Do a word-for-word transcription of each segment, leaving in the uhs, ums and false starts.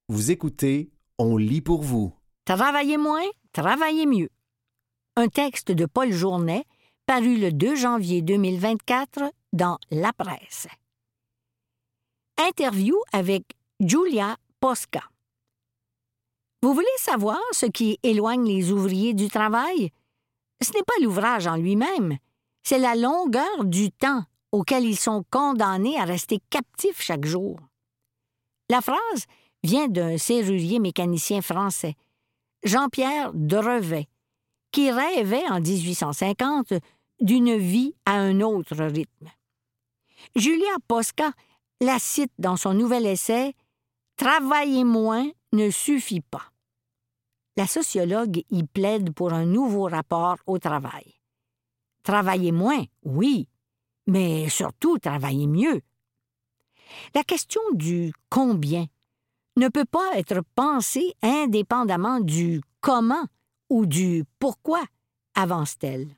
Vous écoutez, on lit pour vous. Travaillez moins, travaillez mieux. Un texte de Paul Journet, paru le deux janvier deux mille vingt-quatre dans La Presse. Interview avec Julia Posca. Vous voulez savoir ce qui éloigne les ouvriers du travail? Ce n'est pas l'ouvrage en lui-même, c'est la longueur du temps auquel ils sont condamnés à rester captifs chaque jour. La phrase vient d'un serrurier mécanicien français, Jean-Pierre Drevet, qui rêvait en dix-huit cent cinquante d'une vie à un autre rythme. Julia Posca la cite dans son nouvel essai « Travailler moins ne suffit pas ». La sociologue y plaide pour un nouveau rapport au travail. Travailler moins, oui, mais surtout travailler mieux. La question du « combien » ne peut pas être pensée indépendamment du « comment » ou du « pourquoi », avance-t-elle.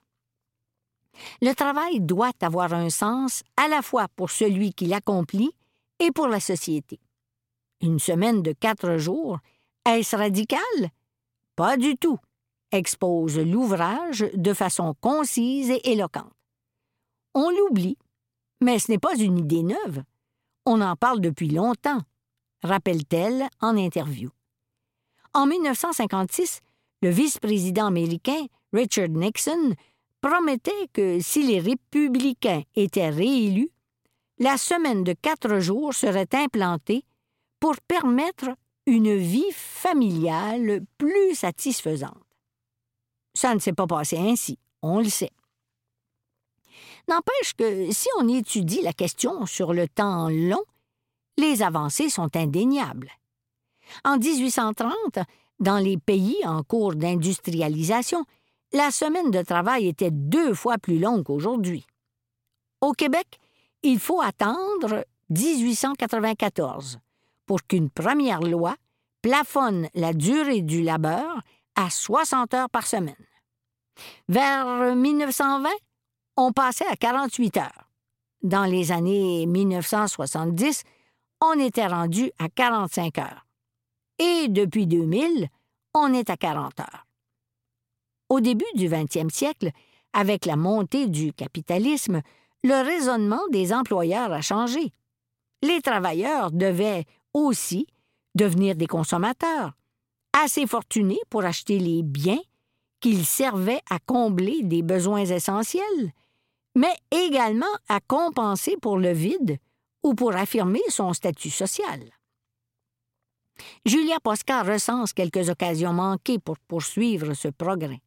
Le travail doit avoir un sens à la fois pour celui qui l'accomplit et pour la société. Une semaine de quatre jours, est-ce radical? Pas du tout, expose l'ouvrage de façon concise et éloquente. On l'oublie, mais ce n'est pas une idée neuve. On en parle depuis longtemps, rappelle-t-elle en interview. En dix-neuf cent cinquante-six, le vice-président américain Richard Nixon promettait que si les républicains étaient réélus, la semaine de quatre jours serait implantée pour permettre une vie familiale plus satisfaisante. Ça ne s'est pas passé ainsi, on le sait. N'empêche que si on étudie la question sur le temps long, les avancées sont indéniables. En dix-huit cent trente, dans les pays en cours d'industrialisation, la semaine de travail était deux fois plus longue qu'aujourd'hui. Au Québec, il faut attendre dix-huit cent quatre-vingt-quatorze pour qu'une première loi plafonne la durée du labeur à soixante heures par semaine. Vers dix-neuf cent vingt, on passait à quarante-huit heures. Dans les années dix-neuf cent soixante-dix, on était rendu à quarante-cinq heures. Et depuis deux mille, on est à quarante heures. Au début du vingtième siècle, avec la montée du capitalisme, le raisonnement des employeurs a changé. Les travailleurs devaient aussi devenir des consommateurs, assez fortunés pour acheter les biens qu'ils servaient à combler des besoins essentiels, mais également à compenser pour le vide ou pour affirmer son statut social. Julia Posca recense quelques occasions manquées pour poursuivre ce progrès.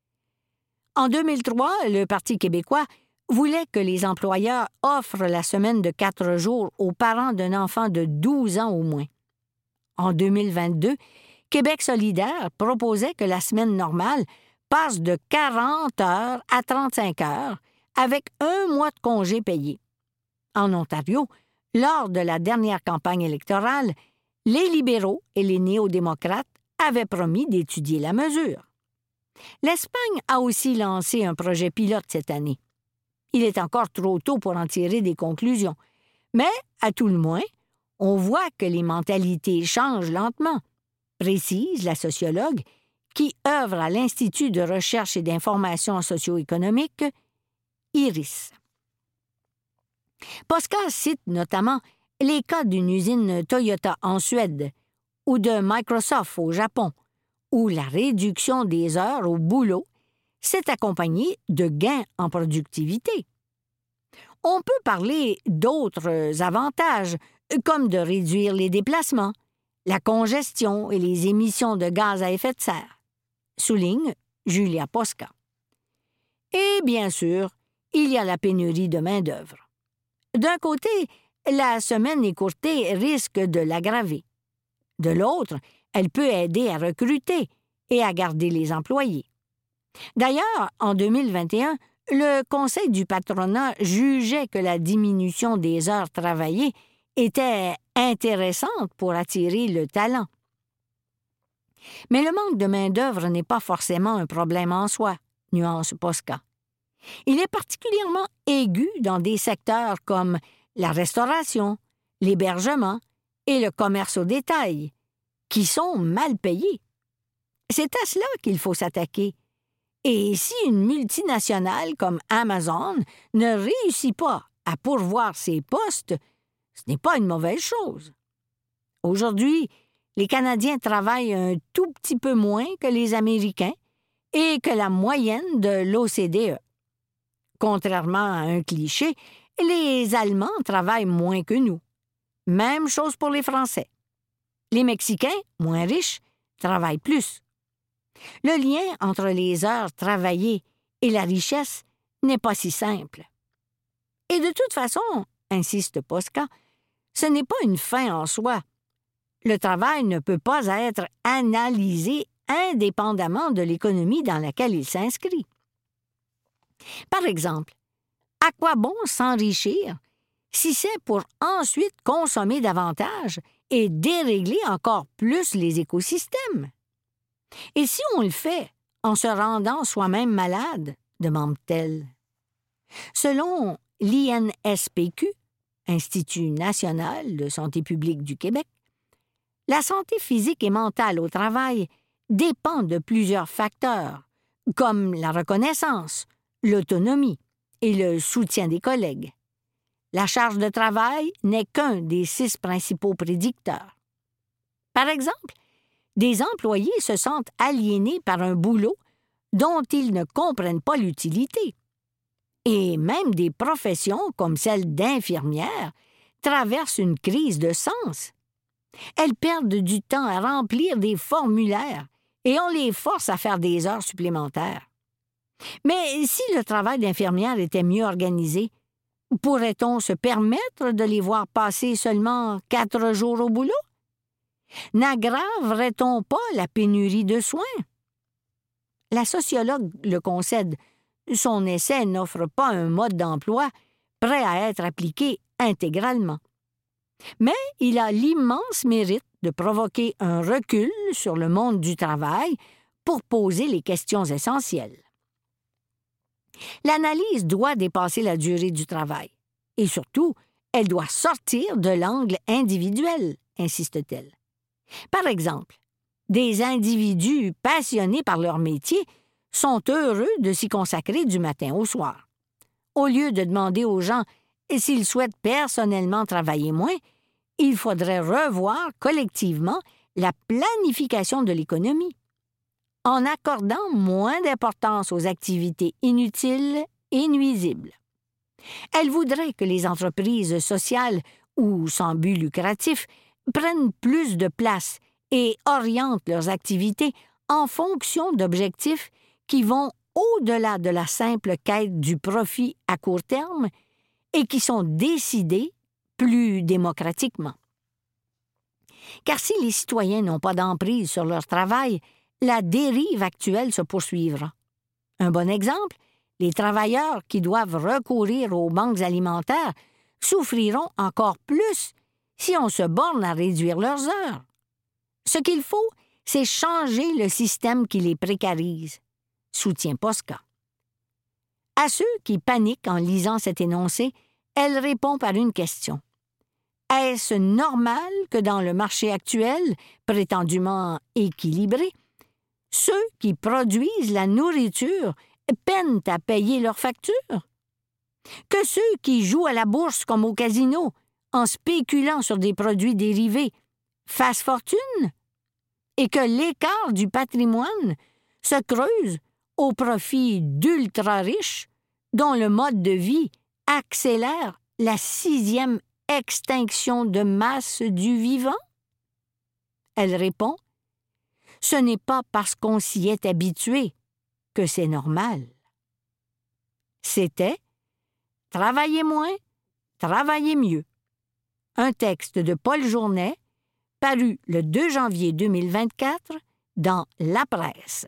En deux mille trois, le Parti québécois voulait que les employeurs offrent la semaine de quatre jours aux parents d'un enfant de douze ans au moins. En deux mille vingt-deux, Québec solidaire proposait que la semaine normale passe de quarante heures à trente-cinq heures avec un mois de congé payé. En Ontario, lors de la dernière campagne électorale, les libéraux et les néo-démocrates avaient promis d'étudier la mesure. L'Espagne a aussi lancé un projet pilote cette année. Il est encore trop tôt pour en tirer des conclusions, mais, à tout le moins, on voit que les mentalités changent lentement, précise la sociologue qui œuvre à l'Institut de recherche et d'information socio-économique, IRIS. Posca cite notamment les cas d'une usine Toyota en Suède ou de Microsoft au Japon, où la réduction des heures au boulot s'est accompagnée de gains en productivité. On peut parler d'autres avantages, comme de réduire les déplacements, la congestion et les émissions de gaz à effet de serre, souligne Julia Posca. Et bien sûr, il y a la pénurie de main-d'œuvre. D'un côté, la semaine écourtée risque de l'aggraver. De l'autre, elle peut aider à recruter et à garder les employés. D'ailleurs, en deux mille vingt et un, le Conseil du patronat jugeait que la diminution des heures travaillées était intéressante pour attirer le talent. Mais le manque de main-d'œuvre n'est pas forcément un problème en soi, nuance Posca. Il est particulièrement aigu dans des secteurs comme la restauration, l'hébergement et le commerce au détail, qui sont mal payés. C'est à cela qu'il faut s'attaquer. Et si une multinationale comme Amazon ne réussit pas à pourvoir ses postes, ce n'est pas une mauvaise chose. Aujourd'hui, les Canadiens travaillent un tout petit peu moins que les Américains et que la moyenne de l'O C D E. Contrairement à un cliché, les Allemands travaillent moins que nous. Même chose pour les Français. Les Mexicains, moins riches, travaillent plus. Le lien entre les heures travaillées et la richesse n'est pas si simple. Et de toute façon, insiste Posca, ce n'est pas une fin en soi. Le travail ne peut pas être analysé indépendamment de l'économie dans laquelle il s'inscrit. Par exemple, à quoi bon s'enrichir si c'est pour ensuite consommer davantage et dérégler encore plus les écosystèmes? Et si on le fait en se rendant soi-même malade, demande-t-elle. Selon l'I N S P Q, Institut national de santé publique du Québec, la santé physique et mentale au travail dépend de plusieurs facteurs, comme la reconnaissance, l'autonomie et le soutien des collègues. La charge de travail n'est qu'un des six principaux prédicteurs. Par exemple, des employés se sentent aliénés par un boulot dont ils ne comprennent pas l'utilité. Et même des professions comme celle d'infirmière traversent une crise de sens. Elles perdent du temps à remplir des formulaires et on les force à faire des heures supplémentaires. Mais si le travail d'infirmière était mieux organisé, pourrait-on se permettre de les voir passer seulement quatre jours au boulot? N'aggraverait-on pas la pénurie de soins? La sociologue le concède. Son essai n'offre pas un mode d'emploi prêt à être appliqué intégralement. Mais il a l'immense mérite de provoquer un recul sur le monde du travail pour poser les questions essentielles. L'analyse doit dépasser la durée du travail. Et surtout, elle doit sortir de l'angle individuel, insiste-t-elle. Par exemple, des individus passionnés par leur métier sont heureux de s'y consacrer du matin au soir. Au lieu de demander aux gens s'ils souhaitent personnellement travailler moins, il faudrait revoir collectivement la planification de l'économie, en accordant moins d'importance aux activités inutiles et nuisibles. Elle voudrait que les entreprises sociales ou sans but lucratif prennent plus de place et orientent leurs activités en fonction d'objectifs qui vont au-delà de la simple quête du profit à court terme et qui sont décidés plus démocratiquement. Car si les citoyens n'ont pas d'emprise sur leur travail, la dérive actuelle se poursuivra. Un bon exemple, les travailleurs qui doivent recourir aux banques alimentaires souffriront encore plus si on se borne à réduire leurs heures. Ce qu'il faut, c'est changer le système qui les précarise, soutient Posca. À ceux qui paniquent en lisant cet énoncé, elle répond par une question. Est-ce normal que dans le marché actuel, prétendument équilibré, ceux qui produisent la nourriture peinent à payer leurs factures? Que ceux qui jouent à la bourse comme au casino, en spéculant sur des produits dérivés, fassent fortune? Et que l'écart du patrimoine se creuse au profit d'ultra-riches dont le mode de vie accélère la sixième extinction de masse du vivant? Elle répond, « Ce n'est pas parce qu'on s'y est habitué que c'est normal. » C'était « Travailler moins, travailler mieux ». Un texte de Paul Journet, paru le deux janvier deux mille vingt-quatre dans La Presse.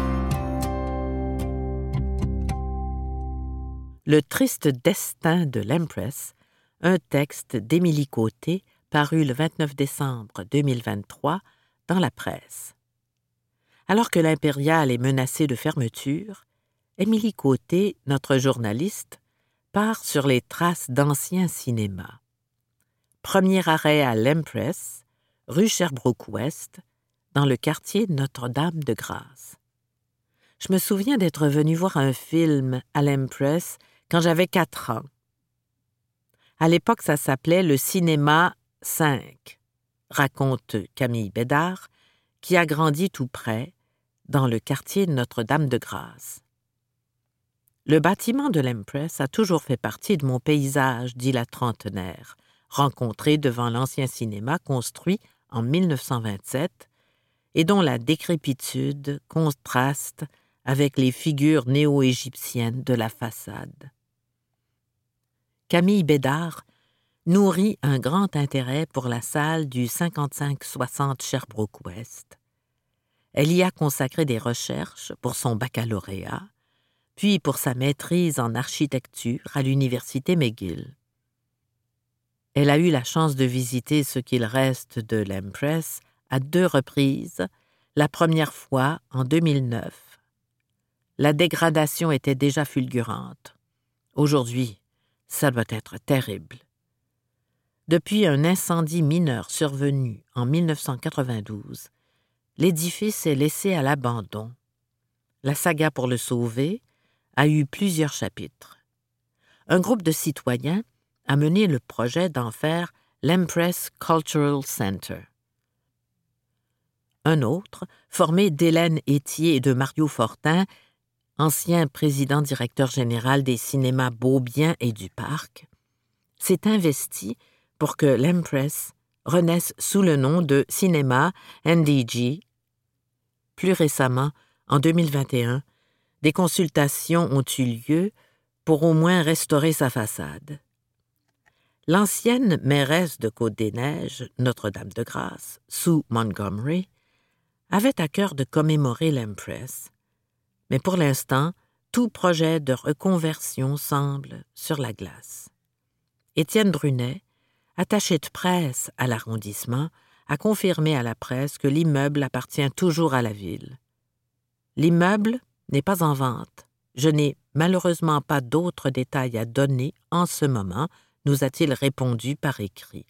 Le triste destin de l'Empress, un texte d'Émilie Côté, paru le vingt-neuf décembre deux mille vingt-trois dans La Presse. Alors que l'Impériale est menacée de fermeture, Émilie Côté, notre journaliste, part sur les traces d'anciens cinémas. Premier arrêt à l'Empress, rue Sherbrooke-Ouest, dans le quartier Notre-Dame-de-Grâce. Je me souviens d'être venu voir un film à l'Empress quand j'avais quatre ans. À l'époque, ça s'appelait le Cinéma cinq, raconte Camille Bédard, qui a grandi tout près, dans le quartier Notre-Dame-de-Grâce. Le bâtiment de l'Empress a toujours fait partie de mon paysage, dit la trentenaire, rencontrée devant l'ancien cinéma construit en mille neuf cent vingt-sept et dont la décrépitude contraste avec les figures néo-égyptiennes de la façade. Camille Bédard nourrit un grand intérêt pour la salle du cinquante-cinq soixante Sherbrooke-Ouest. Elle y a consacré des recherches pour son baccalauréat, puis pour sa maîtrise en architecture à l'université McGill. Elle a eu la chance de visiter ce qu'il reste de l'Empress à deux reprises, la première fois en deux mille neuf. La dégradation était déjà fulgurante. Aujourd'hui, ça doit être terrible. Depuis un incendie mineur survenu en mille neuf cent quatre-vingt-douze, l'édifice est laissé à l'abandon. La saga pour le sauver a eu plusieurs chapitres. Un groupe de citoyens a mené le projet d'en faire l'Empress Cultural Center. Un autre, formé d'Hélène Étier et de Mario Fortin, ancien président-directeur général des cinémas Beaubien et du Parc, s'est investi pour que l'Empress renaisse sous le nom de Cinéma N D G. Plus récemment, en deux mille vingt et un, des consultations ont eu lieu pour au moins restaurer sa façade. L'ancienne mairesse de Côte-des-Neiges, Notre-Dame-de-Grâce, Sue Montgomery, avait à cœur de commémorer l'Empress, mais pour l'instant, tout projet de reconversion semble sur la glace. Étienne Brunet, attaché de presse à l'arrondissement, a confirmé à la presse que l'immeuble appartient toujours à la ville. L'immeuble n'est pas en vente. Je n'ai malheureusement pas d'autres détails à donner en ce moment, nous a-t-il répondu par écrit.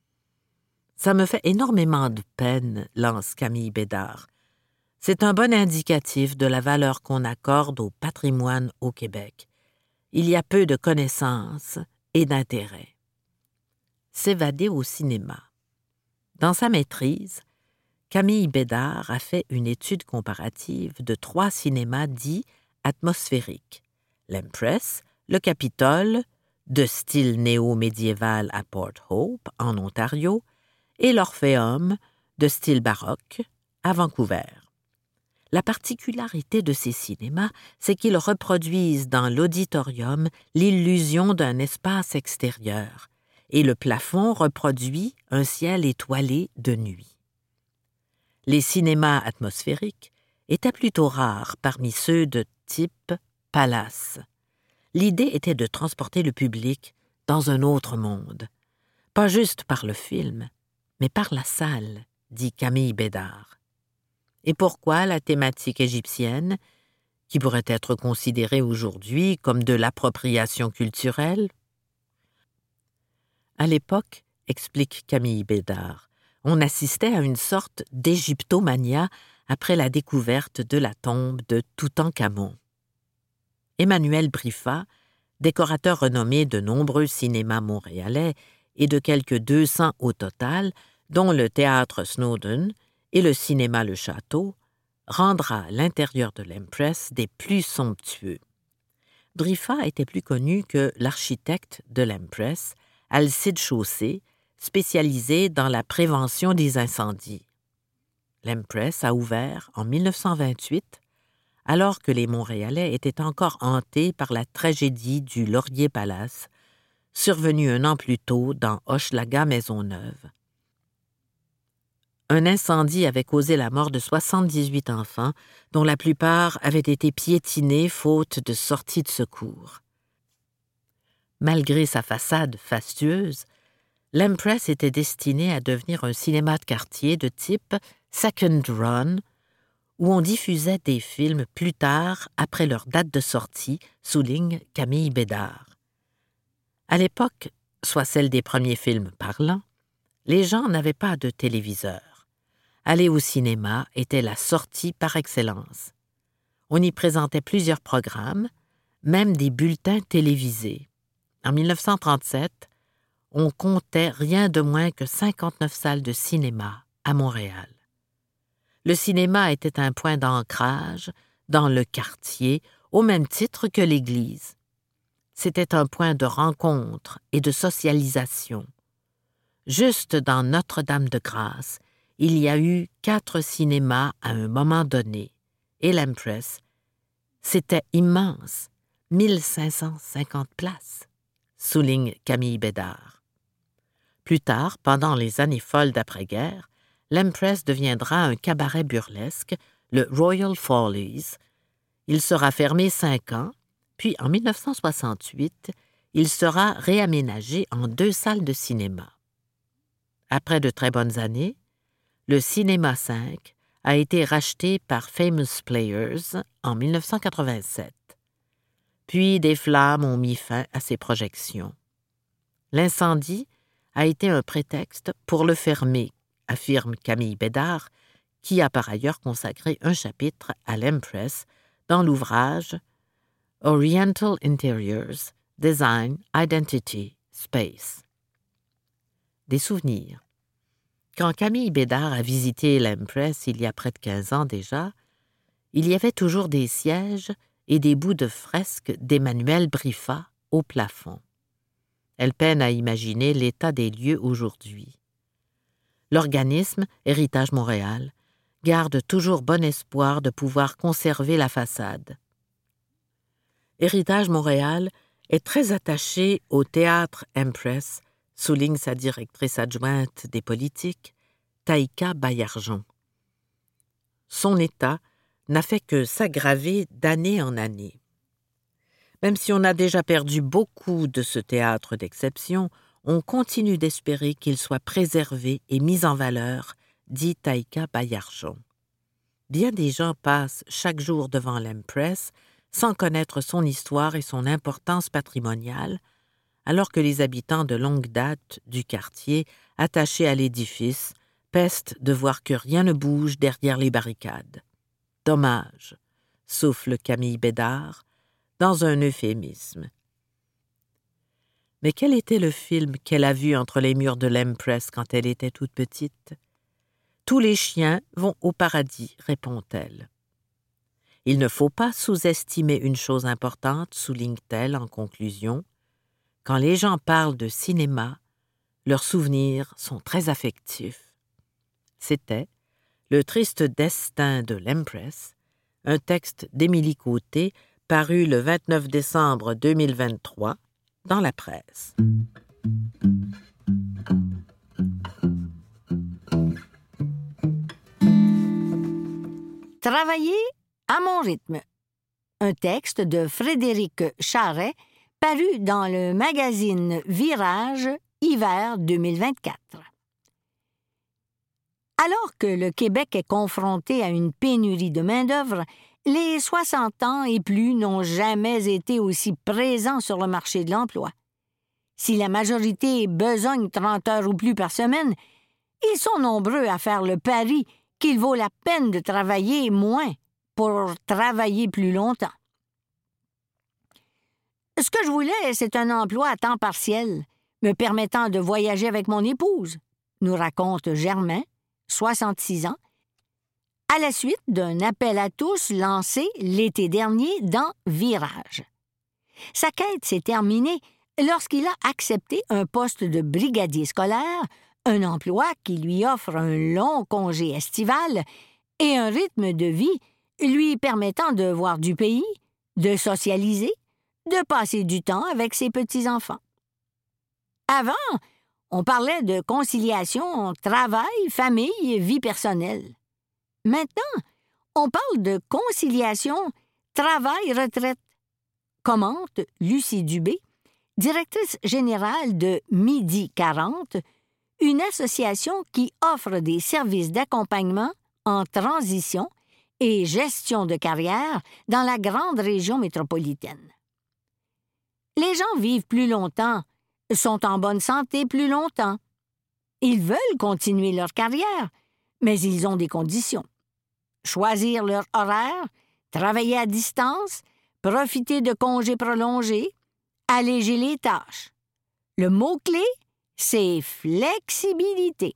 Ça me fait énormément de peine, lance Camille Bédard. C'est un bon indicatif de la valeur qu'on accorde au patrimoine au Québec. Il y a peu de connaissances et d'intérêt. S'évader au cinéma. Dans sa maîtrise, Camille Bédard a fait une étude comparative de trois cinémas dits atmosphériques. L'Empress, le Capitole, de style néo-médiéval à Port Hope, en Ontario, et l'Orpheum, de style baroque, à Vancouver. La particularité de ces cinémas, c'est qu'ils reproduisent dans l'auditorium l'illusion d'un espace extérieur, et le plafond reproduit un ciel étoilé de nuit. Les cinémas atmosphériques étaient plutôt rares parmi ceux de type palace. L'idée était de transporter le public dans un autre monde, pas juste par le film, mais par la salle, dit Camille Bédard. Et pourquoi la thématique égyptienne, qui pourrait être considérée aujourd'hui comme de l'appropriation culturelle? À l'époque, explique Camille Bédard, on assistait à une sorte d'égyptomania après la découverte de la tombe de Toutankhamon. Emmanuel Briffa, décorateur renommé de nombreux cinémas montréalais et de quelques deux cents au total, dont le théâtre Snowden et le cinéma Le Château, rendra l'intérieur de l'Empress des plus somptueux. Briffa était plus connu que l'architecte de l'Empress, Alcide Chaussé, spécialisé dans la prévention des incendies. L'Empress a ouvert en mille neuf cent vingt-huit, alors que les Montréalais étaient encore hantés par la tragédie du Laurier Palace, survenue un an plus tôt dans Hochelaga-Maisonneuve. Un incendie avait causé la mort de soixante-dix-huit enfants, dont la plupart avaient été piétinés faute de sortie de secours. Malgré sa façade fastueuse, l'Empress était destiné à devenir un cinéma de quartier de type second run, où on diffusait des films plus tard après leur date de sortie, souligne Camille Bédard. À l'époque, soit celle des premiers films parlants, les gens n'avaient pas de téléviseur. aller au cinéma était la sortie par excellence. On y présentait plusieurs programmes, même des bulletins télévisés. En mille neuf cent trente-sept, on comptait rien de moins que cinquante-neuf salles de cinéma à Montréal. Le cinéma était un point d'ancrage dans le quartier, au même titre que l'église. C'était un point de rencontre et de socialisation. Juste dans Notre-Dame-de-Grâce, il y a eu quatre cinémas à un moment donné, et l'Empress, c'était immense, mille cinq cent cinquante places, souligne Camille Bédard. Plus tard, pendant les années folles d'après-guerre, l'Empress deviendra un cabaret burlesque, le Royal Follies. Il sera fermé cinq ans, puis en mille neuf cent soixante-huit, il sera réaménagé en deux salles de cinéma. Après de très bonnes années, le Cinéma cinq a été racheté par Famous Players en mille neuf cent quatre-vingt-sept. Puis des flammes ont mis fin à ses projections. L'incendie a été un prétexte pour le fermer, affirme Camille Bédard, qui a par ailleurs consacré un chapitre à l'Empress dans l'ouvrage Oriental Interiors, Design, Identity, Space. Des souvenirs. Quand Camille Bédard a visité l'Empress il y a près de quinze ans déjà, il y avait toujours des sièges et des bouts de fresques d'Emmanuel Briffat au plafond. Elle peine à imaginer l'état des lieux aujourd'hui. L'organisme Héritage Montréal garde toujours bon espoir de pouvoir conserver la façade. Héritage Montréal est très attaché au théâtre Empress, souligne sa directrice adjointe des politiques, Taïka Baillargeon. Son état n'a fait que s'aggraver d'année en année. Même si on a déjà perdu beaucoup de ce théâtre d'exception, on continue d'espérer qu'il soit préservé et mis en valeur, dit Taïka Baillargeon. Bien des gens passent chaque jour devant l'Empress sans connaître son histoire et son importance patrimoniale, alors que les habitants de longue date du quartier, attachés à l'édifice, pestent de voir que rien ne bouge derrière les barricades. Dommage, souffle Camille Bédard, dans un euphémisme. Mais quel était le film qu'elle a vu entre les murs de l'Empress quand elle était toute petite? Tous les chiens vont au paradis, répond-elle. Il ne faut pas sous-estimer une chose importante, souligne-t-elle en conclusion. Quand les gens parlent de cinéma, leurs souvenirs sont très affectifs. C'était Le triste destin de l'Empress, un texte d'Émilie Côté, paru le vingt-neuf décembre deux mille vingt-trois dans la presse. Travailler à mon rythme. Un texte de Frédéric Charret, paru dans le magazine Virage, hiver deux mille vingt-quatre. Alors que le Québec est confronté à une pénurie de main-d'œuvre, les soixante ans et plus n'ont jamais été aussi présents sur le marché de l'emploi. Si la majorité besogne trente heures ou plus par semaine, ils sont nombreux à faire le pari qu'il vaut la peine de travailler moins pour travailler plus longtemps. Ce que je voulais, c'est un emploi à temps partiel, me permettant de voyager avec mon épouse, nous raconte Germain, soixante-six ans, à la suite d'un appel à tous lancé l'été dernier dans Virage. Sa quête s'est terminée lorsqu'il a accepté un poste de brigadier scolaire, un emploi qui lui offre un long congé estival et un rythme de vie lui permettant de voir du pays, de socialiser, de passer du temps avec ses petits-enfants. Avant, on parlait de conciliation travail, famille, vie personnelle. Maintenant, on parle de conciliation travail-retraite, commente Lucie Dubé, directrice générale de Midi quarante, une association qui offre des services d'accompagnement en transition et gestion de carrière dans la grande région métropolitaine. Les gens vivent plus longtemps, sont en bonne santé plus longtemps. Ils veulent continuer leur carrière, Mais ils ont des conditions. Choisir leur horaire, travailler à distance, profiter de congés prolongés, alléger les tâches. Le mot-clé, c'est flexibilité.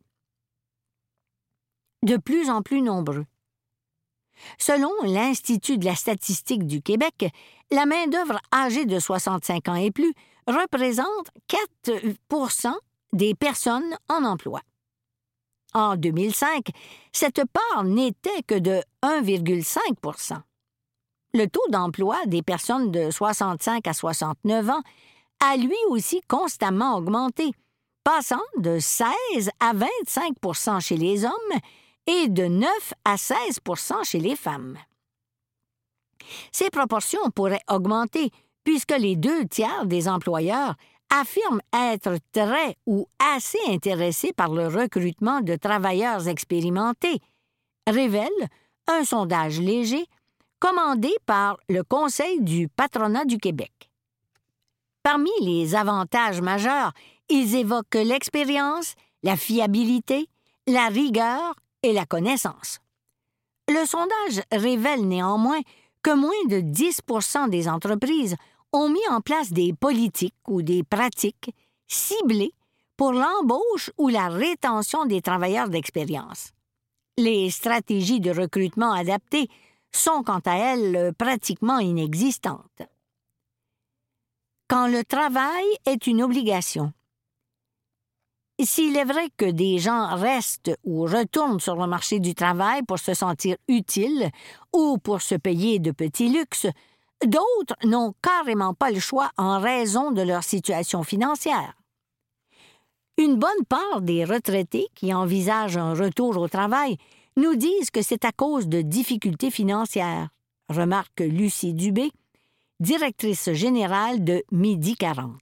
De plus en plus nombreux. Selon l'Institut de la statistique du Québec, la main-d'œuvre âgée de soixante-cinq ans et plus représente quatre pour cent des personnes en emploi. En deux mille cinq, cette part n'était que de un virgule cinq pour cent. Le taux d'emploi des personnes de soixante-cinq à soixante-neuf ans a lui aussi constamment augmenté, passant de seize à vingt-cinq pour cent chez les hommes et de neuf à seize pour cent chez les femmes. Ces proportions pourraient augmenter puisque les deux tiers des employeurs affirment être très ou assez intéressés par le recrutement de travailleurs expérimentés, révèle un sondage léger commandé par le Conseil du patronat du Québec. Parmi les avantages majeurs, ils évoquent l'expérience, la fiabilité, la rigueur et la connaissance. Le sondage révèle néanmoins que moins de dix pour cent des entreprises ont mis en place des politiques ou des pratiques ciblées pour l'embauche ou la rétention des travailleurs d'expérience. Les stratégies de recrutement adaptées sont quant à elles pratiquement inexistantes. Quand le travail est une obligation. S'il est vrai que des gens restent ou retournent sur le marché du travail pour se sentir utiles ou pour se payer de petits luxes, d'autres n'ont carrément pas le choix en raison de leur situation financière. Une bonne part des retraités qui envisagent un retour au travail nous disent que c'est à cause de difficultés financières, remarque Lucie Dubé, directrice générale de Midi quarante.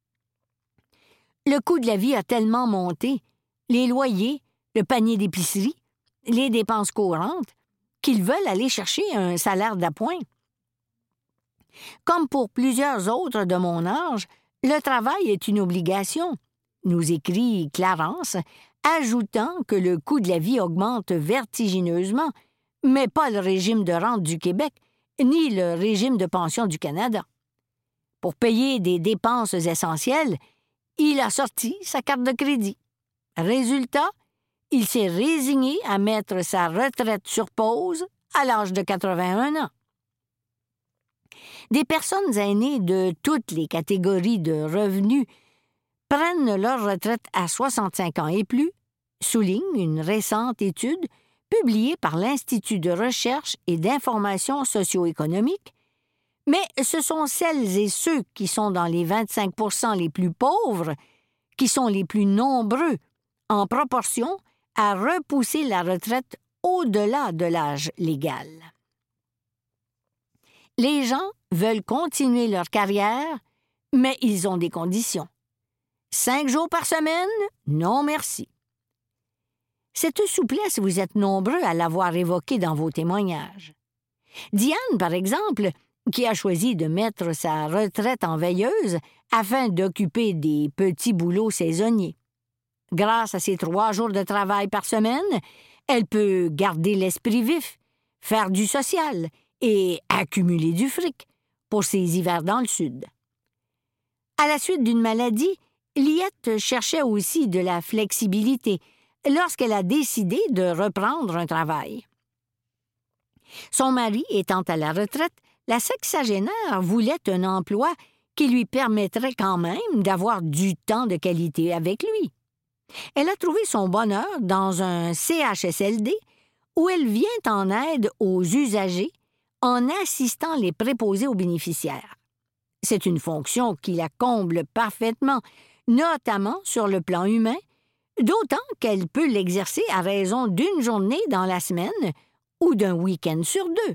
Le coût de la vie a tellement monté, les loyers, le panier d'épicerie, les dépenses courantes, qu'ils veulent aller chercher un salaire d'appoint. Comme pour plusieurs autres de mon âge, le travail est une obligation, nous écrit Clarence, ajoutant que le coût de la vie augmente vertigineusement, mais pas le régime de rente du Québec, ni le régime de pension du Canada. Pour payer des dépenses essentielles, il a sorti sa carte de crédit. Résultat, il s'est résigné à mettre sa retraite sur pause à l'âge de quatre-vingt-un ans. Des personnes aînées de toutes les catégories de revenus prennent leur retraite à soixante-cinq ans et plus, souligne une récente étude publiée par l'Institut de recherche et d'information socio-économique, mais ce sont celles et ceux qui sont dans les vingt-cinq pour cent les plus pauvres qui sont les plus nombreux en proportion à repousser la retraite au-delà de l'âge légal. Les gens veulent continuer leur carrière, mais ils ont des conditions. Cinq jours par semaine? Non, merci. Cette souplesse, vous êtes nombreux à l'avoir évoquée dans vos témoignages. Diane, par exemple, qui a choisi de mettre sa retraite en veilleuse afin d'occuper des petits boulots saisonniers. Grâce à ses trois jours de travail par semaine, elle peut garder l'esprit vif, faire du social et accumuler du fric pour ses hivers dans le Sud. À la suite d'une maladie, Liette cherchait aussi de la flexibilité lorsqu'elle a décidé de reprendre un travail. Son mari étant à la retraite, la sexagénaire voulait un emploi qui lui permettrait quand même d'avoir du temps de qualité avec lui. Elle a trouvé son bonheur dans un C H S L D où elle vient en aide aux usagers en assistant les préposés aux bénéficiaires. C'est une fonction qui la comble parfaitement, notamment sur le plan humain, d'autant qu'elle peut l'exercer à raison d'une journée dans la semaine ou d'un week-end sur deux.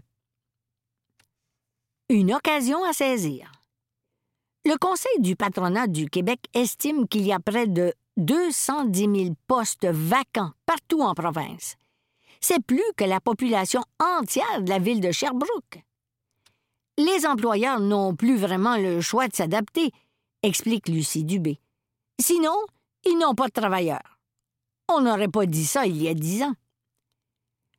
Une occasion à saisir. Le Conseil du patronat du Québec estime qu'il y a près de deux cent dix mille postes vacants partout en province. C'est plus que la population entière de la ville de Sherbrooke. Les employeurs n'ont plus vraiment le choix de s'adapter, explique Lucie Dubé. Sinon, ils n'ont pas de travailleurs. On n'aurait pas dit ça il y a dix ans.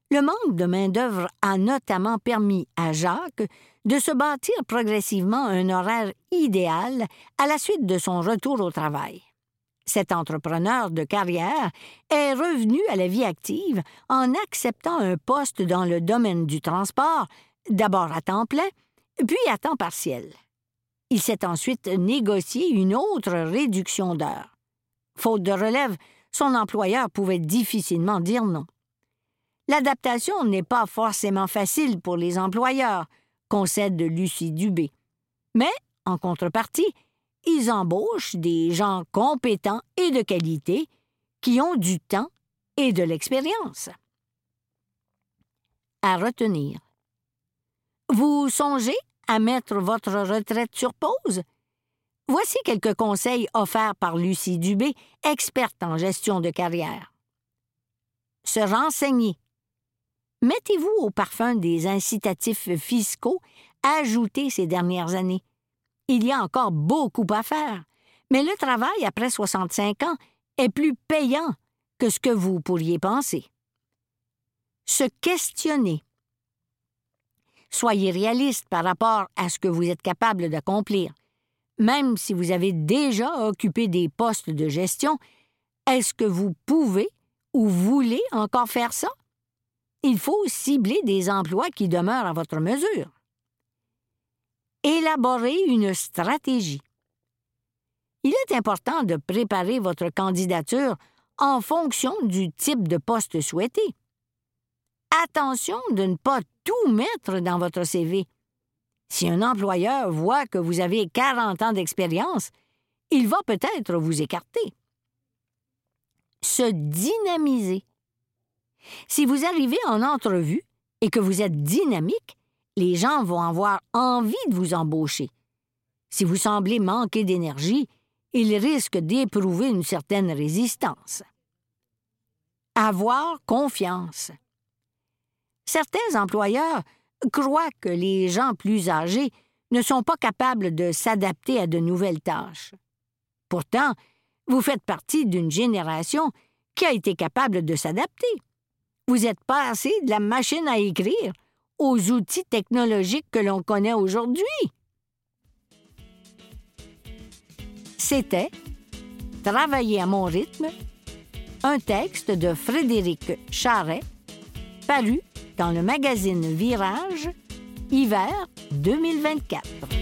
Le manque de main-d'œuvre a notamment permis à Jacques de se bâtir progressivement un horaire idéal à la suite de son retour au travail. Cet entrepreneur de carrière est revenu à la vie active en acceptant un poste dans le domaine du transport, d'abord à temps plein, puis à temps partiel. Il s'est ensuite négocié une autre réduction d'heures. Faute de relève, son employeur pouvait difficilement dire non. L'adaptation n'est pas forcément facile pour les employeurs, concède Lucie Dubé. Mais, en contrepartie, ils embauchent des gens compétents et de qualité qui ont du temps et de l'expérience. À retenir. Vous songez à mettre votre retraite sur pause? Voici quelques conseils offerts par Lucie Dubé, experte en gestion de carrière. Se renseigner. Mettez-vous au parfum des incitatifs fiscaux ajoutés ces dernières années. Il y a encore beaucoup à faire, mais le travail après soixante-cinq ans est plus payant que ce que vous pourriez penser. Se questionner. Soyez réaliste par rapport à ce que vous êtes capable d'accomplir. Même si vous avez déjà occupé des postes de gestion, est-ce que vous pouvez ou voulez encore faire ça? Il faut cibler des emplois qui demeurent à votre mesure. Élaborer une stratégie. Il est important de préparer votre candidature en fonction du type de poste souhaité. Attention de ne pas tout mettre dans votre C V. Si un employeur voit que vous avez quarante ans d'expérience, il va peut-être vous écarter. Se dynamiser. Si vous arrivez en entrevue et que vous êtes dynamique, les gens vont avoir envie de vous embaucher. Si vous semblez manquer d'énergie, ils risquent d'éprouver une certaine résistance. Avoir confiance. Certains employeurs croient que les gens plus âgés ne sont pas capables de s'adapter à de nouvelles tâches. Pourtant, vous faites partie d'une génération qui a été capable de s'adapter. Vous êtes passé de la machine à écrire aux outils technologiques que l'on connaît aujourd'hui. C'était « Travailler à mon rythme », un texte de Frédéric Charret, paru dans le magazine Virage, hiver deux mille vingt-quatre.